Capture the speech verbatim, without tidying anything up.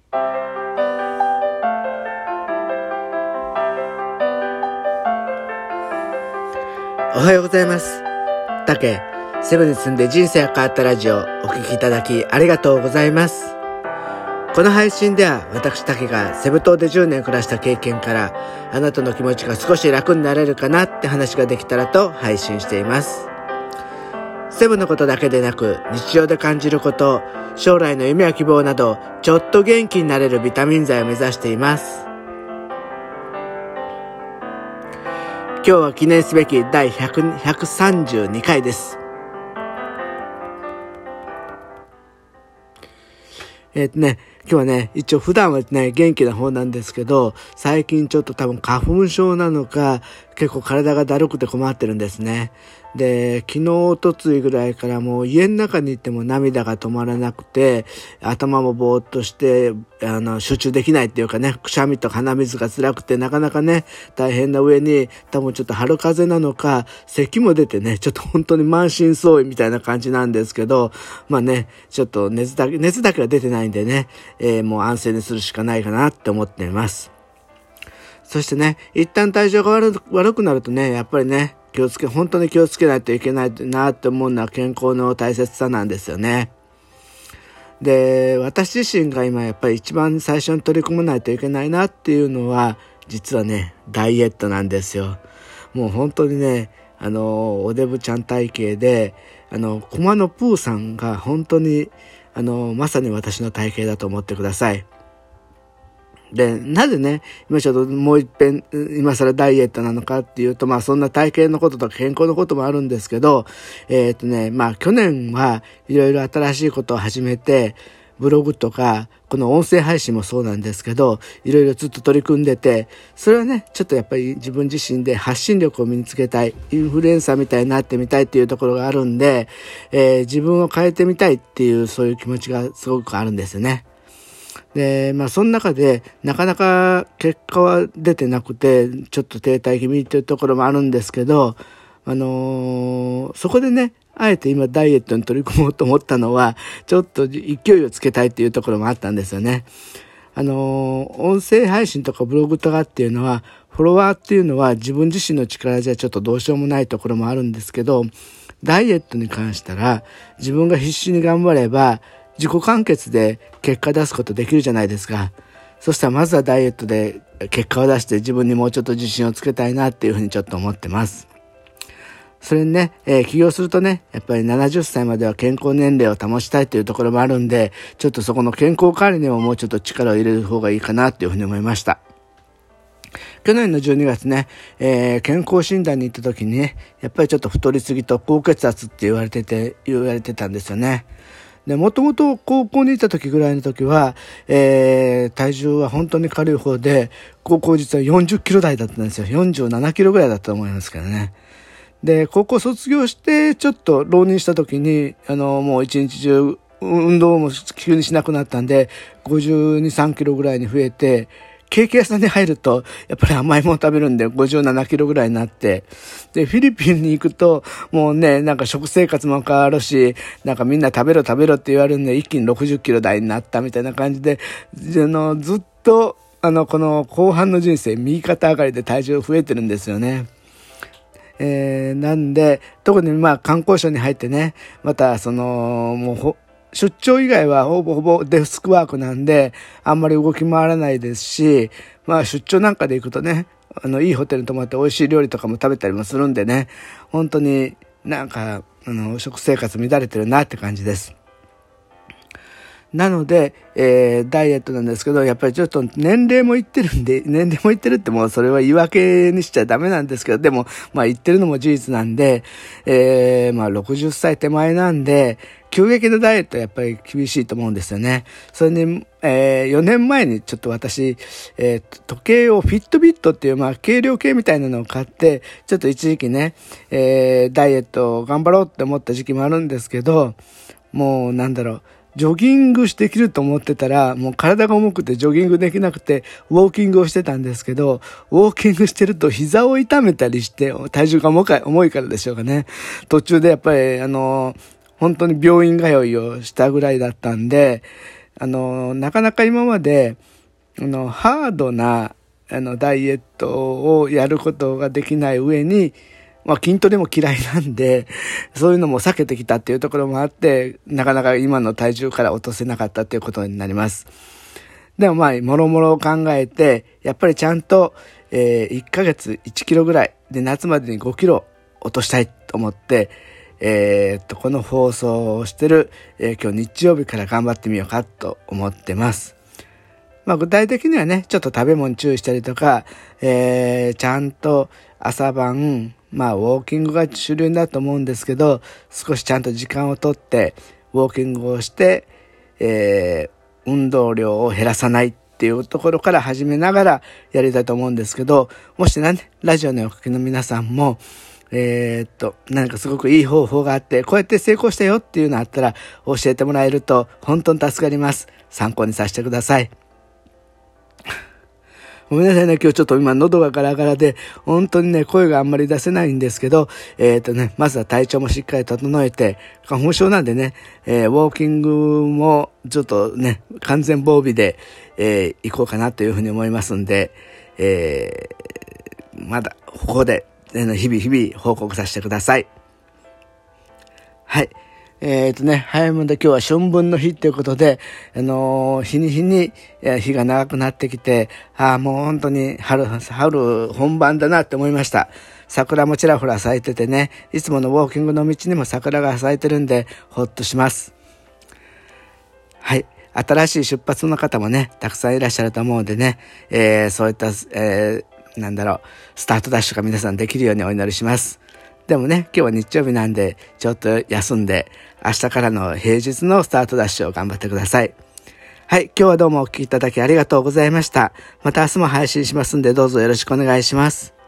おはようございます。たけ、セブンに住んで人生が変わったラジオお聞きいただきありがとうございます。この配信では私たけがセブ島でじゅうねん暮らした経験からあなたの気持ちが少し楽になれるかなって話ができたらと配信しています。セブのことだけでなく日常で感じること、将来の夢や希望などちょっと元気になれるビタミン剤を目指しています。今日は記念すべき第ひゃく、ひゃくさんじゅうにかいです。えっとね、今日はね、一応普段はね、元気な方なんですけど、最近ちょっと多分花粉症なのか、結構体がだるくて困ってるんですね。で、昨日、おとついぐらいからもう家の中に行っても涙が止まらなくて、頭もぼーっとして、あの、集中できないっていうかね、くしゃみと鼻水が辛くて、なかなかね、大変な上に、多分ちょっと春風邪なのか、咳も出てね、ちょっと本当に満身創痍みたいな感じなんですけど、まあね、ちょっと熱だけ、熱だけは出てないんでね、えー、もう安静にするしかないかなって思っています。そしてね、一旦体調が悪、悪くなるとね、やっぱりね、気をつけ、本当に気をつけないといけないなって思うのは健康の大切さなんですよね。で、私自身が今やっぱり一番最初に取り組まないといけないなっていうのは、実はね、ダイエットなんですよ。もう本当にね、あの、おデブちゃん体型で、あの、コマのプーさんが本当に、あの、まさに私の体型だと思ってください。で、なぜね、今ちょっともう一遍、今更ダイエットなのかっていうと、まあそんな体型のこととか健康のこともあるんですけど、えっとね、まあ去年はいろいろ新しいことを始めて、ブログとか、この音声配信もそうなんですけど、いろいろずっと取り組んでて、それはね、ちょっとやっぱり自分自身で発信力を身につけたい、インフルエンサーみたいになってみたいっていうところがあるんで、えー、自分を変えてみたいっていうそういう気持ちがすごくあるんですよね。で、まあその中でなかなか結果は出てなくてちょっと停滞気味というところもあるんですけど、あのー、そこでね、あえて今ダイエットに取り組もうと思ったのはちょっと勢いをつけたいっていうところもあったんですよね。あのー、音声配信とかブログとかっていうのはフォロワーっていうのは自分自身の力じゃちょっとどうしようもないところもあるんですけど、ダイエットに関したら自分が必死に頑張れば自己完結で結果出すことできるじゃないですか。そしたらまずはダイエットで結果を出して自分にもうちょっと自信をつけたいなっていうふうにちょっと思ってます。それにね、えー、起業するとね、やっぱりななじゅっさいまでは健康年齢を保ちたいというところもあるんで、ちょっとそこの健康管理にももうちょっと力を入れる方がいいかなっていうふうに思いました。去年のじゅうにがつね、えー、健康診断に行った時にね、やっぱりちょっと太りすぎと高血圧って言われてて、言われてたんですよね。で、もともと高校にいた時ぐらいの時は、えー、体重は本当に軽い方で、高校実はよんじゅっキロ台だったんですよ。よんじゅうななキロぐらいだったと思いますけどね。で、高校卒業してちょっと浪人した時に、あの、もう一日中運動も急にしなくなったんで、ごじゅうに、さんキロぐらいに増えて、ケーキ屋さんに入ると、やっぱり甘いもの食べるんでごじゅうななキロぐらいになって、で、フィリピンに行くと、もうね、なんか食生活も変わるし、なんかみんな食べろ食べろって言われるんで、一気にろくじゅっキロ台になったみたいな感じで、あの、ずっと、あの、この後半の人生、右肩上がりで体重増えてるんですよね。えー、なんで、特にまあ観光省に入ってね、またその、もうほ、出張以外はほぼほぼデスクワークなんで、あんまり動き回らないですし、まあ出張なんかで行くとね、あの、いいホテルに泊まって美味しい料理とかも食べたりもするんでね、本当になんか、あの、食生活乱れてるなって感じです。なので、えー、ダイエットなんですけど、やっぱりちょっと年齢もいってるんで、年齢もいってるってもうそれは言い訳にしちゃダメなんですけど、でも、まあ言ってるのも事実なんで、えー、まあろくじゅっさい手前なんで、急激なダイエットはやっぱり厳しいと思うんですよね。それに、えー、よねんまえにちょっと私、えー、時計をフィットビットっていう、まあ軽量計みたいなのを買って、ちょっと一時期ね、えー、ダイエットを頑張ろうって思った時期もあるんですけど、もうなんだろう、ジョギングできると思ってたら、もう体が重くてジョギングできなくて、ウォーキングをしてたんですけど、ウォーキングしてると膝を痛めたりして、体重が重い、重いからでしょうかね。途中でやっぱり、あの、本当に病院通いをしたぐらいだったんで、 あの、なかなか今まで、あの、ハードな、あの、ダイエットをやることができない上に、まあ、筋トレも嫌いなんで、そういうのも避けてきたっていうところもあって、なかなか今の体重から落とせなかったっていうことになります。でもまあ、もろもろ考えて、やっぱりちゃんと、えー、いっかげついちキロぐらいで夏までにごキロ落としたいと思って、えー、っと、この放送をしてる、えー、今日日曜日から頑張ってみようかと思ってます。まあ具体的にはね、ちょっと食べ物注意したりとか、えー、ちゃんと朝晩、まあウォーキングが主流だと思うんですけど、少しちゃんと時間をとってウォーキングをして、えー、運動量を減らさないっていうところから始めながらやりたいと思うんですけど、もしね、ラジオのおかけの皆さんも、えー、っと、何かすごくいい方法があって、こうやって成功したよっていうのあったら教えてもらえると本当に助かります。参考にさせてください。ごめんなさいね、今日ちょっと今喉がガラガラで、本当にね、声があんまり出せないんですけど、えっとね、まずは体調もしっかり整えて、花粉症なんでね、えー、ウォーキングもちょっとね、完全防備で、えー、行こうかなというふうに思いますんで、えー、まだ、ここで、日々日々報告させてください。はい。えっとね、早いもんで今日は春分の日ということで、あのー、日に日に日が長くなってきて、ああ、もう本当に春、春本番だなって思いました。桜もちらほら咲いててね、いつものウォーキングの道にも桜が咲いてるんで、ほっとします。はい。新しい出発の方もね、たくさんいらっしゃると思うんでね、えー、そういった、えー、なんだろう、スタートダッシュが皆さんできるようにお祈りします。でもね、今日は日曜日なんで、ちょっと休んで、明日からの平日のスタートダッシュを頑張ってください。はい、今日はどうもお聞きいただきありがとうございました。また明日も配信しますんで、どうぞよろしくお願いします。